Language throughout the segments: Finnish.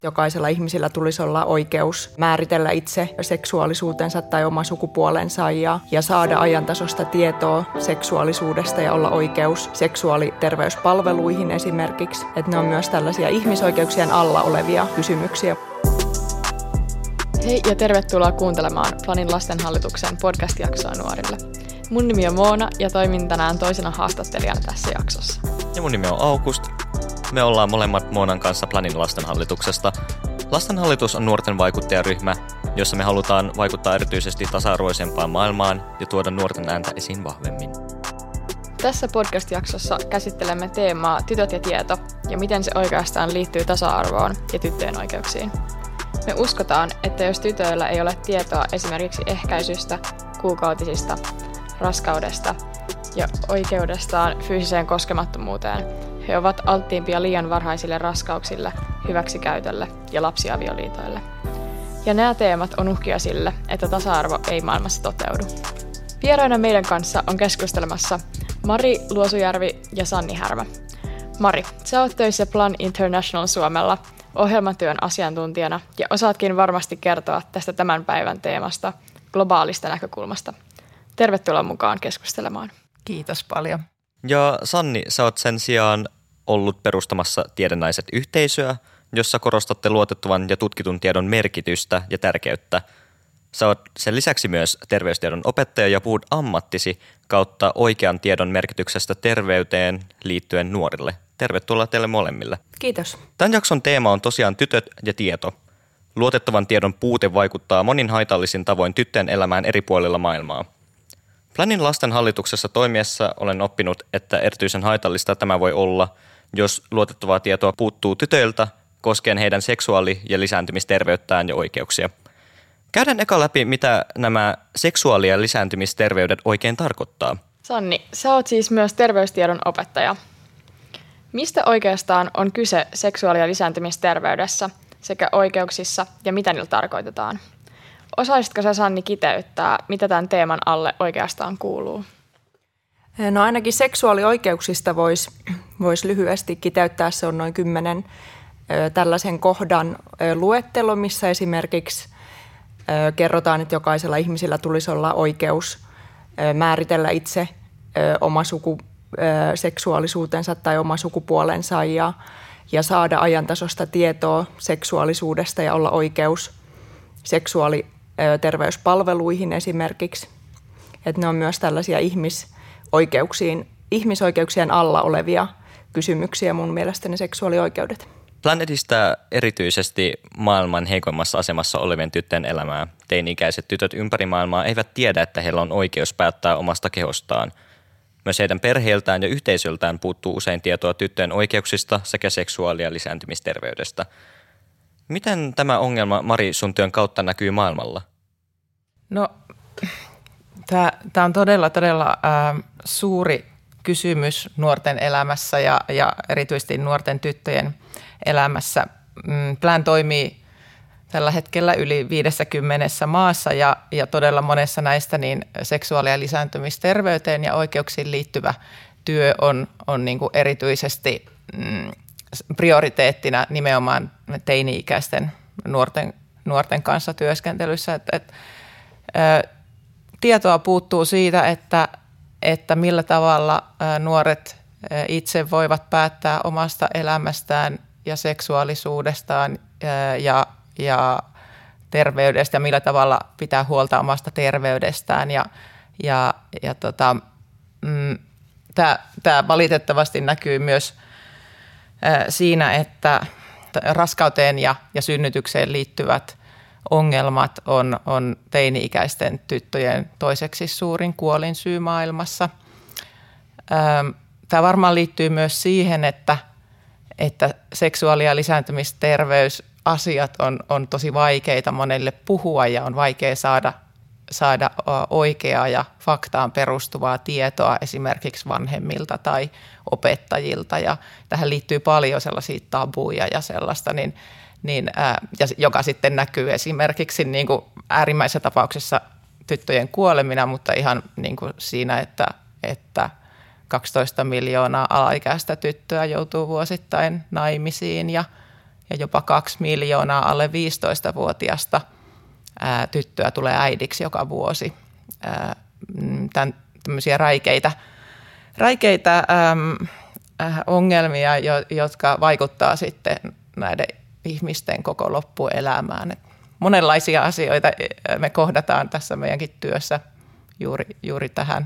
Jokaisella ihmisellä tulisi olla oikeus määritellä itse seksuaalisuutensa tai oma sukupuolensa ja saada ajantasaista tietoa seksuaalisuudesta ja olla oikeus seksuaaliterveyspalveluihin esimerkiksi. Että ne on myös tällaisia ihmisoikeuksien alla olevia kysymyksiä. Hei ja tervetuloa kuuntelemaan Planin lastenhallituksen podcast-jaksoa nuorille. Mun nimi on Moona ja toimin tänään toisena haastattelijana tässä jaksossa. Ja mun nimi on August. Me ollaan molemmat Moonan kanssa Planin lastenhallituksesta. Lastenhallitus on nuorten vaikuttajaryhmä, jossa me halutaan vaikuttaa erityisesti tasa-arvoisempaan maailmaan ja tuoda nuorten ääntä esiin vahvemmin. Tässä podcast-jaksossa käsittelemme teemaa tytöt ja tieto ja miten se oikeastaan liittyy tasa-arvoon ja tyttöjen oikeuksiin. Me uskotaan, että jos tytöillä ei ole tietoa esimerkiksi ehkäisystä, kuukautisista, raskaudesta ja oikeudestaan fyysiseen koskemattomuuteen, he ovat alttiimpia liian varhaisille raskauksille, hyväksikäytölle ja lapsiavioliitoille. Ja nämä teemat on uhkia sille, että tasa-arvo ei maailmassa toteudu. Vieraina meidän kanssa on keskustelemassa Mari Luosujärvi ja Sanni Härmä. Mari, sä oot töissä Plan International Suomella ohjelmatyön asiantuntijana ja osaatkin varmasti kertoa tästä tämän päivän teemasta globaalista näkökulmasta. Tervetuloa mukaan keskustelemaan. Kiitos paljon. Ja Sanni, sä oot sen sijaan ollut perustamassa Tiedennaiset-yhteisöä, jossa korostatte luotettavan ja tutkitun tiedon merkitystä ja tärkeyttä. Sä oot sen lisäksi myös terveystiedon opettaja ja puhut ammattisi kautta oikean tiedon merkityksestä terveyteen liittyen nuorille. Tervetuloa teille molemmille. Kiitos. Tämän jakson teema on tosiaan tytöt ja tieto. Luotettavan tiedon puute vaikuttaa monin haitallisin tavoin tyttöjen elämään eri puolilla maailmaa. Planin lastenhallituksessa toimiessa olen oppinut, että erityisen haitallista tämä voi olla, jos luotettavaa tietoa puuttuu tytöiltä koskien heidän seksuaali- ja lisääntymisterveyttään ja oikeuksia. Käydään eka läpi, mitä nämä seksuaali- ja lisääntymisterveydet oikein tarkoittaa. Sanni, sä oot siis myös terveystiedon opettaja. Mistä oikeastaan on kyse seksuaali- ja lisääntymisterveydessä sekä oikeuksissa ja mitä niillä tarkoitetaan? Osaisitko sä, Sanni, kiteyttää, mitä tämän teeman alle oikeastaan kuuluu? No ainakin seksuaalioikeuksista voisi lyhyesti kiteyttää. Se on noin 10 tällaisen kohdan luettelo, missä esimerkiksi kerrotaan, että jokaisella ihmisellä tulisi olla oikeus määritellä itse oma seksuaalisuutensa tai oma sukupuolensa ja saada ajantasaista tietoa seksuaalisuudesta ja olla oikeus seksuaaliterveyspalveluihin esimerkiksi. Että ne on myös tällaisia ihmisoikeuksien alla olevia kysymyksiä mun mielestäni seksuaalioikeudet. Plan edistää erityisesti maailman heikoimmassa asemassa olevien tyttöjen elämää. Teini-ikäiset tytöt ympäri maailmaa eivät tiedä, että heillä on oikeus päättää omasta kehostaan. Myös heidän perheiltään ja yhteisöltään puuttuu usein tietoa tyttöjen oikeuksista sekä seksuaali- ja lisääntymisterveydestä. Miten tämä ongelma, Mari, sun työn kautta näkyy maailmalla? No, tämä on todella suuri kysymys nuorten elämässä ja erityisesti nuorten tyttöjen elämässä. Plan toimii tällä hetkellä yli 50 maassa ja todella monessa näistä niin seksuaali- ja lisääntymisterveyteen ja oikeuksiin liittyvä työ on niin kuin erityisesti prioriteettina nimenomaan teini-ikäisten nuorten kanssa työskentelyssä. Tietoa puuttuu siitä, että millä tavalla nuoret itse voivat päättää omasta elämästään ja seksuaalisuudestaan ja terveydestä ja millä tavalla pitää huolta omasta terveydestään. Tämä valitettavasti näkyy myös siinä, että raskauteen ja synnytykseen liittyvät ongelmat on teini-ikäisten tyttöjen toiseksi suurin kuolinsyy maailmassa. Tämä varmaan liittyy myös siihen, että seksuaali- ja lisääntymisterveysasiat on tosi vaikeita monelle puhua ja on vaikea saada oikeaa ja faktaan perustuvaa tietoa esimerkiksi vanhemmilta tai opettajilta. Ja tähän liittyy paljon sellaisia tabuja ja sellaista, joka sitten näkyy esimerkiksi niin kuin äärimmäisessä tapauksessa tyttöjen kuolemina, mutta ihan niin kuin siinä, että 12 miljoonaa alaikäistä tyttöä joutuu vuosittain naimisiin ja ja jopa 2 miljoonaa alle 15-vuotiaasta tyttöä tulee äidiksi joka vuosi. Tämmöisiä räikeitä ongelmia, jotka vaikuttaa sitten näiden ihmisten koko loppuelämään. Monenlaisia asioita me kohdataan tässä meidänkin työssä juuri tähän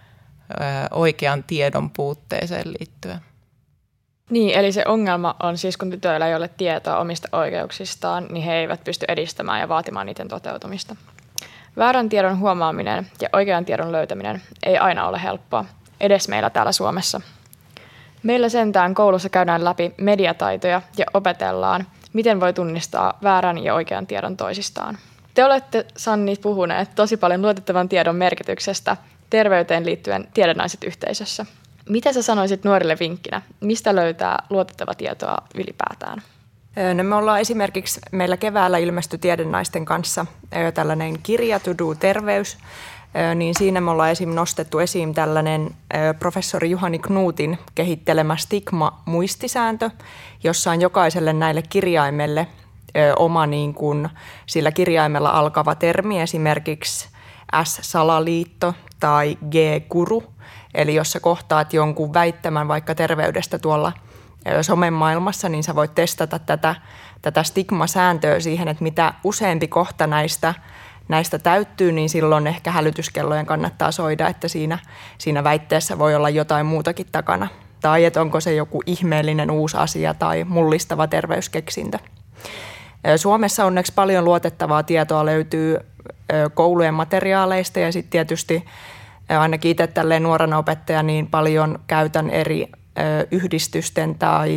oikean tiedon puutteeseen liittyen. Niin, eli se ongelma on siis, kun tytöillä ei ole tietoa omista oikeuksistaan, niin he eivät pysty edistämään ja vaatimaan niiden toteutumista. Väärän tiedon huomaaminen ja oikean tiedon löytäminen ei aina ole helppoa, edes meillä täällä Suomessa. Meillä sentään koulussa käydään läpi mediataitoja ja opetellaan, miten voi tunnistaa väärän ja oikean tiedon toisistaan. Te olette, Sanni, puhuneet tosi paljon luotettavan tiedon merkityksestä terveyteen liittyen tiedonaiset yhteisössä. Mitä sä sanoisit nuorille vinkkinä? Mistä löytää luotettava tietoa ylipäätään? No me ollaan esimerkiksi, meillä keväällä ilmestyi Tiedenaisten kanssa tällainen kirja To Do Terveys, niin siinä me ollaan nostettu esiin tällainen professori Juhani Knutin kehittelemä stigma-muistisääntö, jossa on jokaiselle näille kirjaimelle oma niin kuin sillä kirjaimella alkava termi, esimerkiksi S-salaliitto tai G-guru, eli jos sä kohtaat jonkun väittämän vaikka terveydestä tuolla somen maailmassa, niin sä voit testata tätä stigma-sääntöä siihen, että mitä useampi kohta näistä täyttyy, niin silloin ehkä hälytyskellojen kannattaa soida, että siinä väitteessä voi olla jotain muutakin takana. Tai että onko se joku ihmeellinen uusi asia tai mullistava terveyskeksintö. Suomessa onneksi paljon luotettavaa tietoa löytyy koulujen materiaaleista ja sitten tietysti ainakin itse tälleen nuorena opettaja niin paljon käytän eri yhdistysten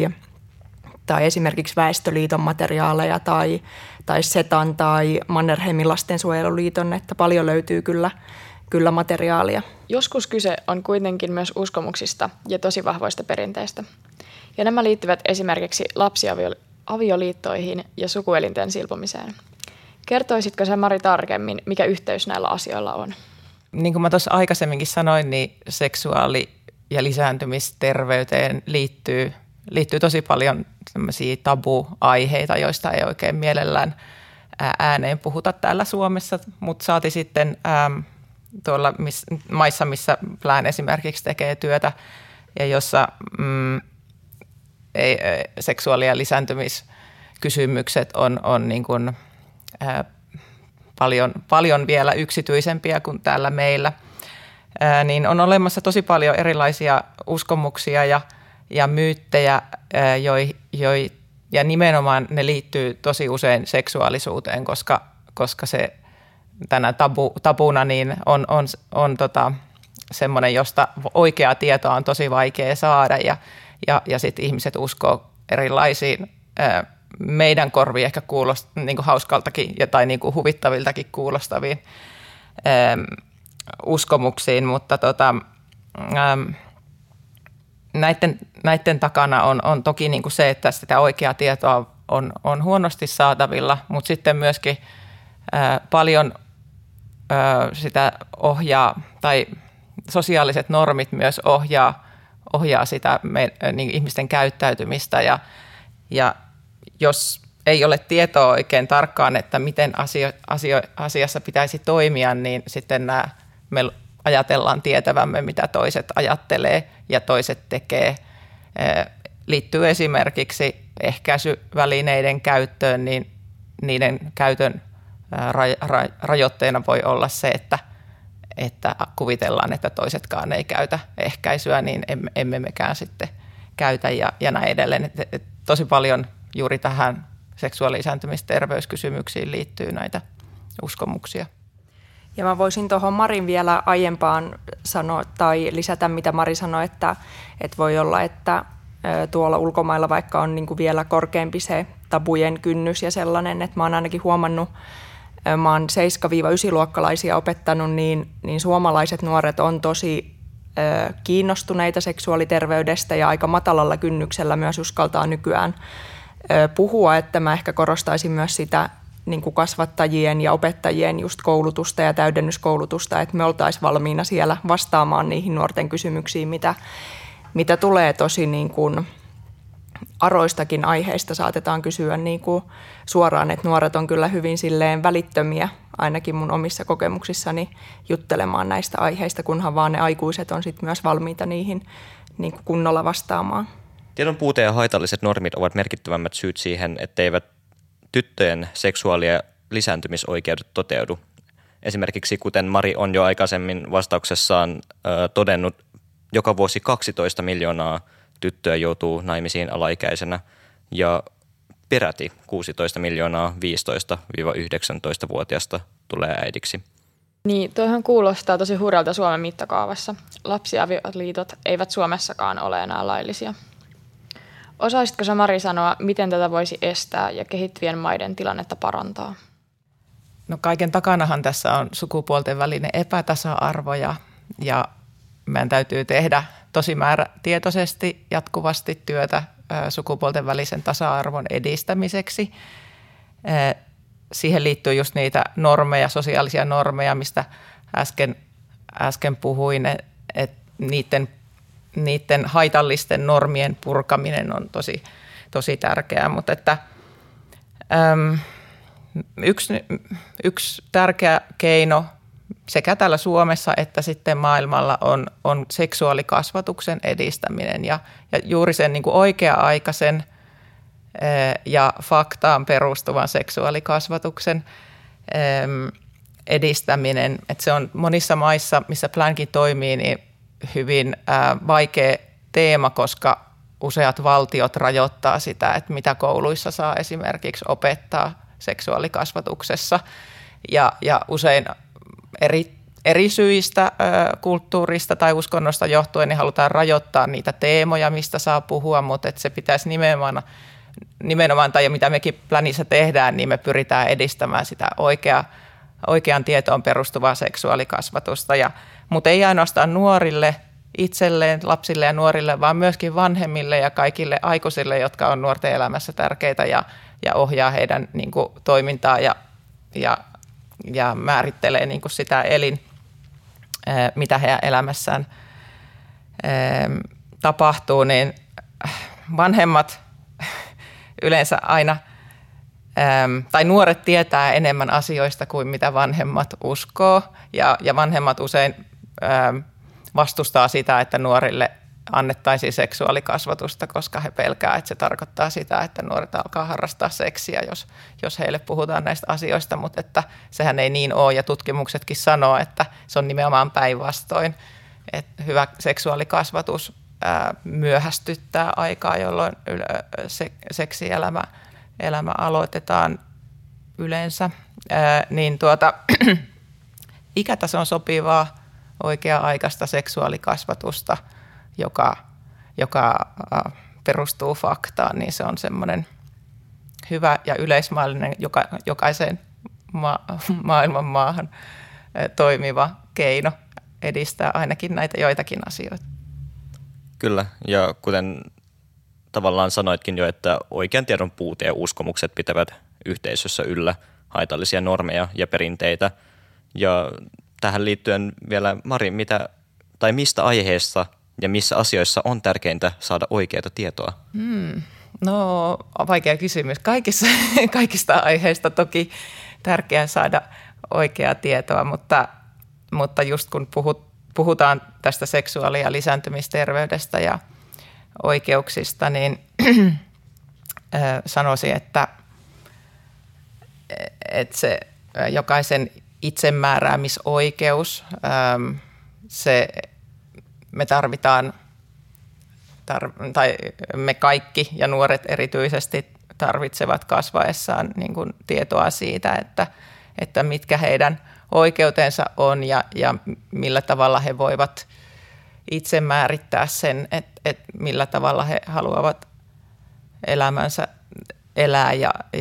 tai esimerkiksi Väestöliiton materiaaleja tai SETAn tai Mannerheimin lastensuojeluliiton, että paljon löytyy kyllä materiaalia. Joskus kyse on kuitenkin myös uskomuksista ja tosi vahvoista perinteistä. Ja nämä liittyvät esimerkiksi lapsiavioliittoihin ja sukuelinten silpomiseen. Kertoisitko sä, Mari, tarkemmin, mikä yhteys näillä asioilla on? Niin kuin mä tuossa aikaisemminkin sanoin, niin seksuaali- ja lisääntymisterveyteen liittyy tosi paljon sellaisia tabu-aiheita, joista ei oikein mielellään ääneen puhuta täällä Suomessa, mutta saati sitten tuolla maissa, missä Plan esimerkiksi tekee työtä ja jossa seksuaali- ja lisääntymiskysymykset on niin kuin, paljon vielä yksityisempiä kuin täällä meillä, niin on olemassa tosi paljon erilaisia uskomuksia ja myyttejä, ja nimenomaan ne liittyy tosi usein seksuaalisuuteen, koska se tänä tabuna niin on semmoinen, josta oikeaa tietoa on tosi vaikea saada ja sitten ihmiset uskoo erilaisiin meidän korviin ehkä niin kuin hauskaltakin tai niin kuin huvittaviltakin kuulostaviin uskomuksiin, mutta näiden takana on toki niin kuin se, että sitä oikeaa tietoa on huonosti saatavilla, mutta sitten myöskin paljon sitä ohjaa, tai sosiaaliset normit myös ohjaa sitä niin ihmisten käyttäytymistä, ja jos ei ole tietoa oikein tarkkaan, että miten asiassa pitäisi toimia, niin sitten me ajatellaan tietävämme, mitä toiset ajattelee ja toiset tekee. Liittyy esimerkiksi ehkäisyvälineiden käyttöön, niin niiden käytön rajoitteena voi olla se, että kuvitellaan, että toisetkaan ei käytä ehkäisyä, niin emme mekään sitten käytä ja näin edelleen. Tosi paljon juuri tähän seksuaali- ja lisääntymisterveyskysymyksiin liittyy näitä uskomuksia. Ja mä voisin tuohon Marin vielä aiempaan sanoa tai lisätä, mitä Mari sanoi, että voi olla, että tuolla ulkomailla vaikka on niin kuin vielä korkeampi se tabujen kynnys ja sellainen, että mä oon ainakin huomannut, mä oon 7-9-luokkalaisia opettanut, niin suomalaiset nuoret on tosi kiinnostuneita seksuaaliterveydestä ja aika matalalla kynnyksellä myös uskaltaa nykyään puhua, että mä ehkä korostaisin myös sitä niin kuin kasvattajien ja opettajien just koulutusta ja täydennyskoulutusta, että me oltaisiin valmiina siellä vastaamaan niihin nuorten kysymyksiin, mitä tulee tosi niin kuin aroistakin aiheista saatetaan kysyä niin kuin suoraan, että nuoret on kyllä hyvin silleen välittömiä, ainakin mun omissa kokemuksissani juttelemaan näistä aiheista, kunhan vaan ne aikuiset on sitten myös valmiita niihin niin kuin kunnolla vastaamaan. Tiedon puute ja haitalliset normit ovat merkittävämmät syyt siihen, etteivät tyttöjen seksuaali- ja lisääntymisoikeudet toteudu. Esimerkiksi kuten Mari on jo aikaisemmin vastauksessaan todennut, joka vuosi 12 miljoonaa tyttöä joutuu naimisiin alaikäisenä ja peräti 16 miljoonaa 15-19-vuotiaista tulee äidiksi. Niin, toihan kuulostaa tosi hurjalta Suomen mittakaavassa. Lapsiavioliitot eivät Suomessakaan ole enää laillisia. Osaisitko sä, Mari, sanoa, miten tätä voisi estää ja kehittyvien maiden tilannetta parantaa? No kaiken takanahan tässä on sukupuolten välinen epätasa-arvo ja meidän täytyy tehdä tosi määrätietoisesti jatkuvasti työtä sukupuolten välisen tasa-arvon edistämiseksi. Siihen liittyy just niitä normeja, sosiaalisia normeja, mistä äsken puhuin, että niiden haitallisten normien purkaminen on tosi tärkeää, mutta että yksi tärkeä keino sekä täällä Suomessa että sitten maailmalla on seksuaalikasvatuksen edistäminen ja juuri sen niin kuin oikea-aikaisen ja faktaan perustuvan seksuaalikasvatuksen edistäminen. Että se on monissa maissa, missä Plankin toimii, niin hyvin vaikea teema, koska useat valtiot rajoittaa sitä, että mitä kouluissa saa esimerkiksi opettaa seksuaalikasvatuksessa ja usein eri syistä, kulttuurista tai uskonnosta johtuen, niin halutaan rajoittaa niitä teemoja, mistä saa puhua, mutta että se pitäisi nimenomaan, tai mitä mekin Planissa tehdään, niin me pyritään edistämään sitä oikeaan tietoon perustuvaa seksuaalikasvatusta. Mutta ei ainoastaan nuorille itselleen, lapsille ja nuorille, vaan myöskin vanhemmille ja kaikille aikuisille, jotka on nuorten elämässä tärkeitä ja ohjaa heidän niin kuin, toimintaa ja määrittelee niin kuin sitä mitä heidän elämässään tapahtuu, niin vanhemmat yleensä aina, tai nuoret tietää enemmän asioista kuin mitä vanhemmat uskoo, ja vanhemmat usein vastustaa sitä, että nuorille annettaisiin seksuaalikasvatusta, koska he pelkää, että se tarkoittaa sitä, että nuoret alkaa harrastaa seksiä, jos heille puhutaan näistä asioista, mutta että sehän ei niin ole, ja tutkimuksetkin sanoo, että se on nimenomaan päinvastoin, että hyvä seksuaalikasvatus myöhästyttää aikaa, jolloin seksielämä aloitetaan yleensä, niin ikätason sopivaa oikea-aikaista seksuaalikasvatusta, joka perustuu faktaan, niin se on semmoinen hyvä ja yleismaallinen jokaiseen maailman maahan toimiva keino edistää ainakin näitä joitakin asioita. Kyllä, ja kuten tavallaan sanoitkin jo, että oikean tiedon puute ja uskomukset pitävät yhteisössä yllä haitallisia normeja ja perinteitä. Ja tähän liittyen vielä, Mari, mistä aiheesta ja missä asioissa on tärkeintä saada oikeaa tietoa? No, vaikea kysymys. Kaikista aiheista toki tärkeää saada oikeaa tietoa, mutta just kun puhutaan tästä seksuaali- ja lisääntymisterveydestä ja oikeuksista, niin sanoisin, että se jokaisen itsemääräämisoikeus, me tarvitaan, tai me kaikki ja nuoret erityisesti tarvitsevat kasvaessaan niin kuin tietoa siitä, että mitkä heidän oikeutensa on ja millä tavalla he voivat itse määrittää sen, että millä tavalla he haluavat elämänsä elää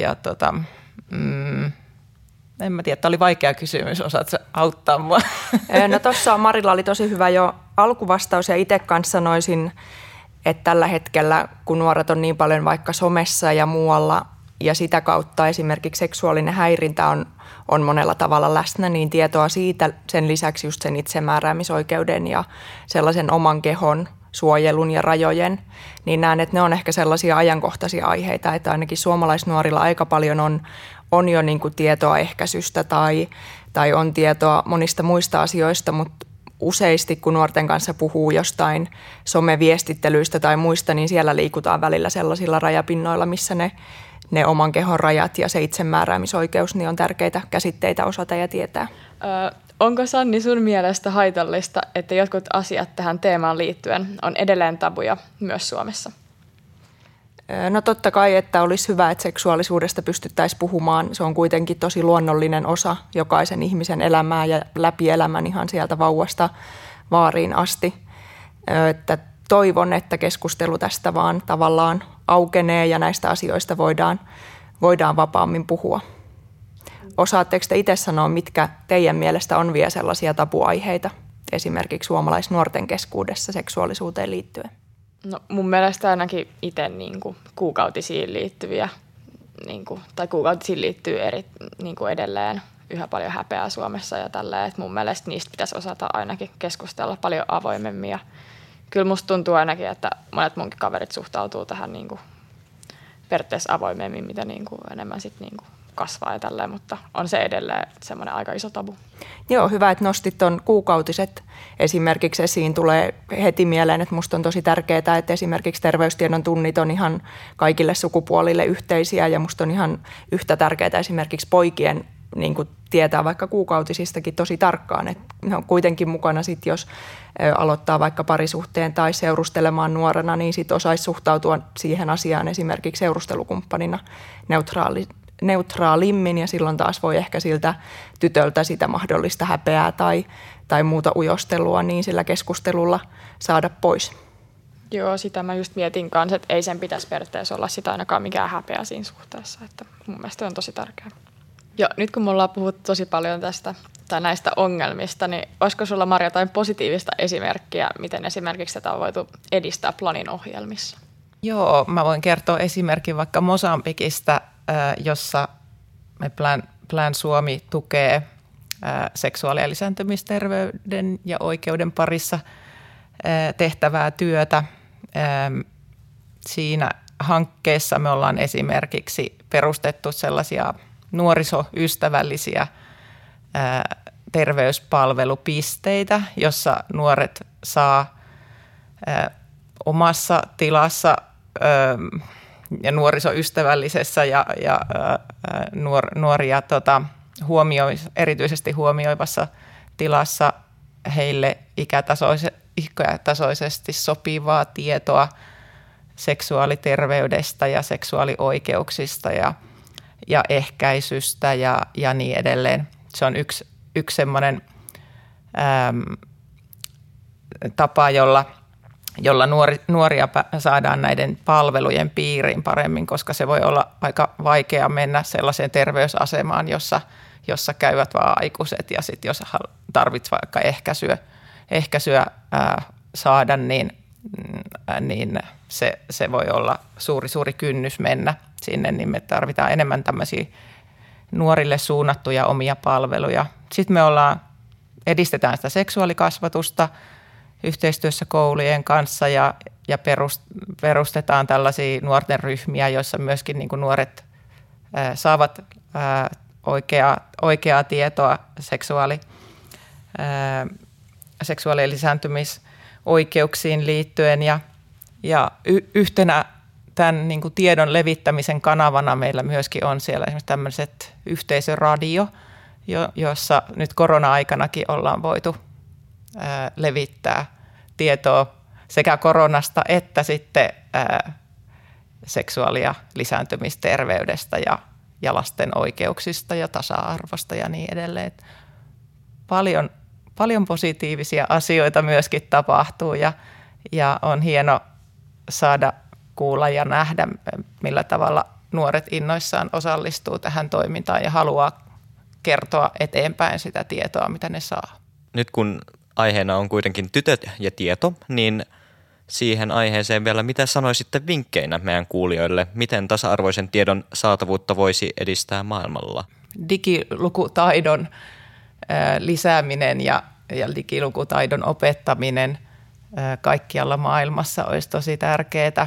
en mä tiedä, tämä oli vaikea kysymys, osaatko auttaa mua? No tuossa Marilla oli tosi hyvä jo alkuvastaus ja itse kanssa sanoisin, että tällä hetkellä, kun nuoret on niin paljon vaikka somessa ja muualla ja sitä kautta esimerkiksi seksuaalinen häirintä on monella tavalla läsnä, niin tietoa siitä sen lisäksi just sen itsemääräämisoikeuden ja sellaisen oman kehon suojelun ja rajojen, niin näen, että ne on ehkä sellaisia ajankohtaisia aiheita, että ainakin suomalaisnuorilla aika paljon on jo niin kuin tietoa ehkäisystä tai on tietoa monista muista asioista, mutta useasti kun nuorten kanssa puhuu jostain someviestittelyistä tai muista, niin siellä liikutaan välillä sellaisilla rajapinnoilla, missä ne oman kehon rajat ja se itsemääräämisoikeus niin on tärkeitä käsitteitä osata ja tietää. Onko Sanni sun mielestä haitallista, että jotkut asiat tähän teemaan liittyen on edelleen tabuja myös Suomessa? No totta kai, että olisi hyvä, että seksuaalisuudesta pystyttäisiin puhumaan. Se on kuitenkin tosi luonnollinen osa jokaisen ihmisen elämää ja läpi elämän ihan sieltä vauvasta vaariin asti. Että toivon, että keskustelu tästä vaan tavallaan aukenee ja näistä asioista voidaan vapaammin puhua. Osaatteko te itse sanoa, mitkä teidän mielestä on vielä sellaisia tabuaiheita esimerkiksi suomalaisnuorten keskuudessa seksuaalisuuteen liittyen? No mun mielestä ainakin itse kuukautisiin liittyviä, tai kuukautisiin liittyy edelleen yhä paljon häpeää Suomessa ja tälleen, että mun mielestä niistä pitäisi osata ainakin keskustella paljon avoimemmin. Ja kyllä musta tuntuu ainakin, että monet munkin kaverit suhtautuu tähän periaatteessa avoimemmin, mitä enemmän sitten kasvaa ja tälleen, mutta on se edelleen semmoinen aika iso tabu. Joo, hyvä, että nostit tuon kuukautiset esimerkiksi esiin. Tulee heti mieleen, että musta on tosi tärkeää, että esimerkiksi terveystiedon tunnit on ihan kaikille sukupuolille yhteisiä ja musta on ihan yhtä tärkeää esimerkiksi poikien tietää vaikka kuukautisistakin tosi tarkkaan, että ne on kuitenkin mukana sitten, jos aloittaa vaikka parisuhteen tai seurustelemaan nuorena, niin sitten osaisi suhtautua siihen asiaan esimerkiksi seurustelukumppanina neutraalimmin ja silloin taas voi ehkä siltä tytöltä sitä mahdollista häpeää tai muuta ujostelua niin sillä keskustelulla saada pois. Joo, sitä mä just mietin kanssa, että ei sen pitäisi periaatteessa olla sitä ainakaan mikään häpeä siinä suhteessa, että mun mielestä on tosi tärkeää. Ja nyt kun me ollaan puhuttu tosi paljon tästä tai näistä ongelmista, niin olisiko sulla, Marja, jotain positiivista esimerkkiä, miten esimerkiksi tätä on voitu edistää Planin ohjelmissa? Joo, mä voin kertoa esimerkin vaikka Mosambikista, jossa me Plan Suomi tukee seksuaali- ja lisääntymisterveyden ja oikeuden parissa tehtävää työtä. Siinä hankkeessa me ollaan esimerkiksi perustettu sellaisia nuorisoystävällisiä terveyspalvelupisteitä, jossa nuoret saa omassa tilassa ja nuorisoystävällisessä ja nuoria erityisesti huomioivassa tilassa heille ikätasoisesti sopivaa tietoa seksuaaliterveydestä ja seksuaalioikeuksista ja ehkäisystä ja niin edelleen. Se on yksi semmoinen tapa, jolla nuoria saadaan näiden palvelujen piiriin paremmin, koska se voi olla aika vaikea mennä sellaiseen terveysasemaan, jossa käyvät vaan aikuiset ja sitten jos tarvitsee vaikka ehkäisyä saada, niin se voi olla suuri kynnys mennä sinne, niin me tarvitaan enemmän tämmöisiä nuorille suunnattuja omia palveluja. Sitten me edistetään sitä seksuaalikasvatusta yhteistyössä koulujen kanssa ja perustetaan tällaisia nuorten ryhmiä, joissa myöskin niin kuin nuoret saavat oikeaa tietoa seksuaali- ja lisääntymisoikeuksiin liittyen ja yhtenä tämän niin kuin tiedon levittämisen kanavana meillä myöskin on siellä esimerkiksi tämmöiset yhteisöradio, jossa nyt korona-aikanakin ollaan voitu levittää tietoa sekä koronasta että sitten seksuaali- ja lisääntymisterveydestä ja lasten oikeuksista ja tasa-arvosta ja niin edelleen. Paljon positiivisia asioita myöskin tapahtuu ja on hieno saada kuulla ja nähdä, millä tavalla nuoret innoissaan osallistuu tähän toimintaan ja haluaa kertoa eteenpäin sitä tietoa, mitä ne saa. Nyt kun aiheena on kuitenkin tytöt ja tieto, niin siihen aiheeseen vielä mitä sanoisitte vinkkeinä meidän kuulijoille, miten tasa-arvoisen tiedon saatavuutta voisi edistää maailmalla? Digilukutaidon lisääminen ja digilukutaidon opettaminen kaikkialla maailmassa olisi tosi tärkeää.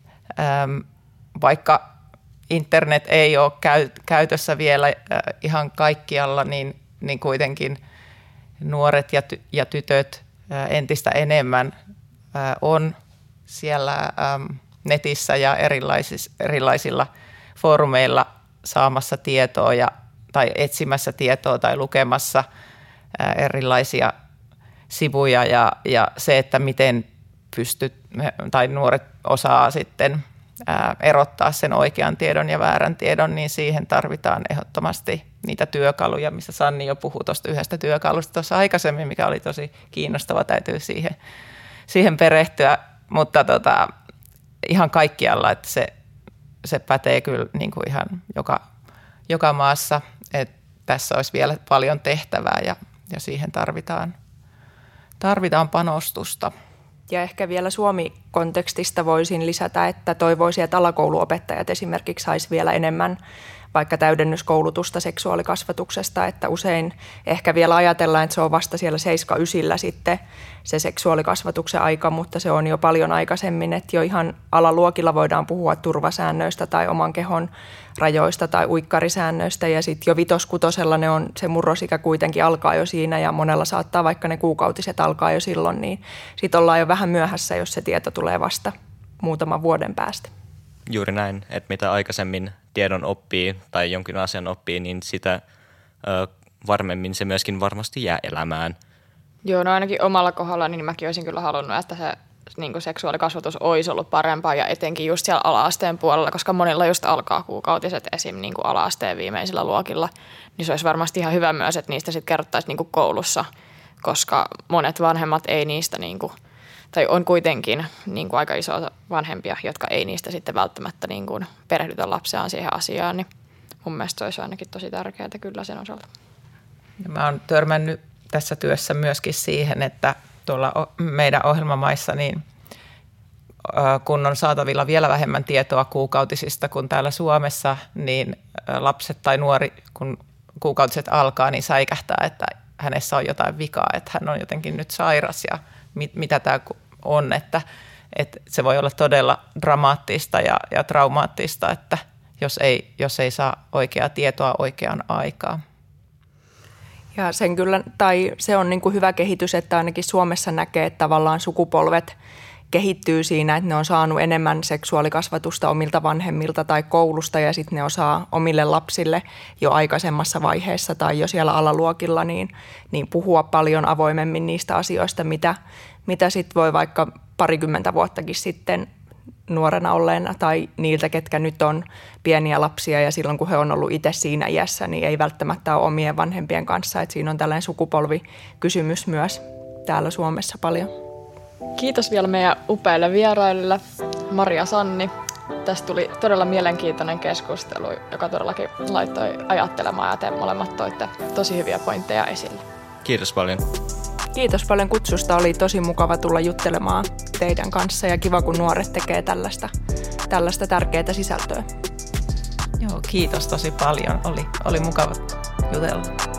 Vaikka internet ei ole käytössä vielä ihan kaikkialla, niin kuitenkin nuoret ja tytöt entistä enemmän on siellä netissä ja erilaisilla foorumeilla saamassa tietoa tai etsimässä tietoa tai lukemassa erilaisia sivuja ja se, että miten nuoret osaa sitten erottaa sen oikean tiedon ja väärän tiedon, niin siihen tarvitaan ehdottomasti niitä työkaluja, missä Sanni jo puhui tuosta yhdestä työkalusta tuossa aikaisemmin, mikä oli tosi kiinnostava, täytyy siihen perehtyä, mutta ihan kaikkialla, että se pätee kyllä niin kuin ihan joka maassa, että tässä olisi vielä paljon tehtävää ja siihen tarvitaan panostusta. Ja ehkä vielä Suomi-kontekstista voisin lisätä, että toivoisin, että alakouluopettajat esimerkiksi saisi vielä enemmän vaikka täydennyskoulutusta seksuaalikasvatuksesta, että usein ehkä vielä ajatellaan, että se on vasta siellä 7-9 sitten se seksuaalikasvatuksen aika, mutta se on jo paljon aikaisemmin, että jo ihan alaluokilla voidaan puhua turvasäännöistä tai oman kehon rajoista tai uikkarisäännöistä ja sitten jo 5-6 se murrosikä kuitenkin alkaa jo siinä ja monella saattaa vaikka ne kuukautiset alkaa jo silloin, niin sitten ollaan jo vähän myöhässä, jos se tieto tulee vasta muutaman vuoden päästä. Juuri näin, että mitä aikaisemmin tiedon oppii tai jonkin asian oppii, niin sitä varmemmin se myöskin varmasti jää elämään. Joo, no ainakin omalla kohdalla niin mäkin olisin kyllä halunnut, että se niin kuin seksuaalikasvatus olisi ollut parempaa ja etenkin just siellä ala-asteen puolella, koska monilla just alkaa kuukautiset esim. Niin kuin ala-asteen viimeisillä luokilla, niin se olisi varmasti ihan hyvä myös, että niistä sitten kerrottaisiin niin kuin koulussa, koska monet vanhemmat ei niistä niin kuin, tai on kuitenkin niin kuin aika isoa vanhempia, jotka ei niistä sitten välttämättä niin kuin perehdytä lapseaan siihen asiaan, niin mun mielestä se olisi ainakin tosi tärkeää kyllä sen osalta. Ja mä oon törmännyt tässä työssä myöskin siihen, että tuolla meidän ohjelmamaissa, niin kun on saatavilla vielä vähemmän tietoa kuukautisista kuin täällä Suomessa, niin lapset tai nuori, kun kuukautiset alkaa, niin säikähtää, että hänessä on jotain vikaa, että hän on jotenkin nyt sairas ja mitä tämä on, että se voi olla todella dramaattista ja traumaattista, että jos ei saa oikeaa tietoa oikeaan aikaan. Ja sen kyllä, tai se on niin kuin hyvä kehitys, että ainakin Suomessa näkee, että tavallaan sukupolvet kehittyy siinä, että ne on saanut enemmän seksuaalikasvatusta omilta vanhemmilta tai koulusta ja sitten ne osaa omille lapsille jo aikaisemmassa vaiheessa tai jo siellä alaluokilla niin puhua paljon avoimemmin niistä asioista, mitä sitten voi vaikka 20 vuottakin sitten nuorena olleena tai niiltä, ketkä nyt on pieniä lapsia ja silloin kun he on ollut itse siinä iässä, niin ei välttämättä ole omien vanhempien kanssa. Että siinä on tällainen sukupolvikysymys myös täällä Suomessa paljon. Kiitos vielä meidän upeille vieraille, Maria ja Sanni. Tästä tuli todella mielenkiintoinen keskustelu, joka todellakin laittoi ajattelemaan ja te molemmat toitte tosi hyviä pointteja esille. Kiitos paljon. Kiitos paljon kutsusta. Oli tosi mukava tulla juttelemaan teidän kanssa ja kiva, kun nuoret tekee tällaista tärkeää sisältöä. Joo, kiitos tosi paljon. Oli mukava jutella.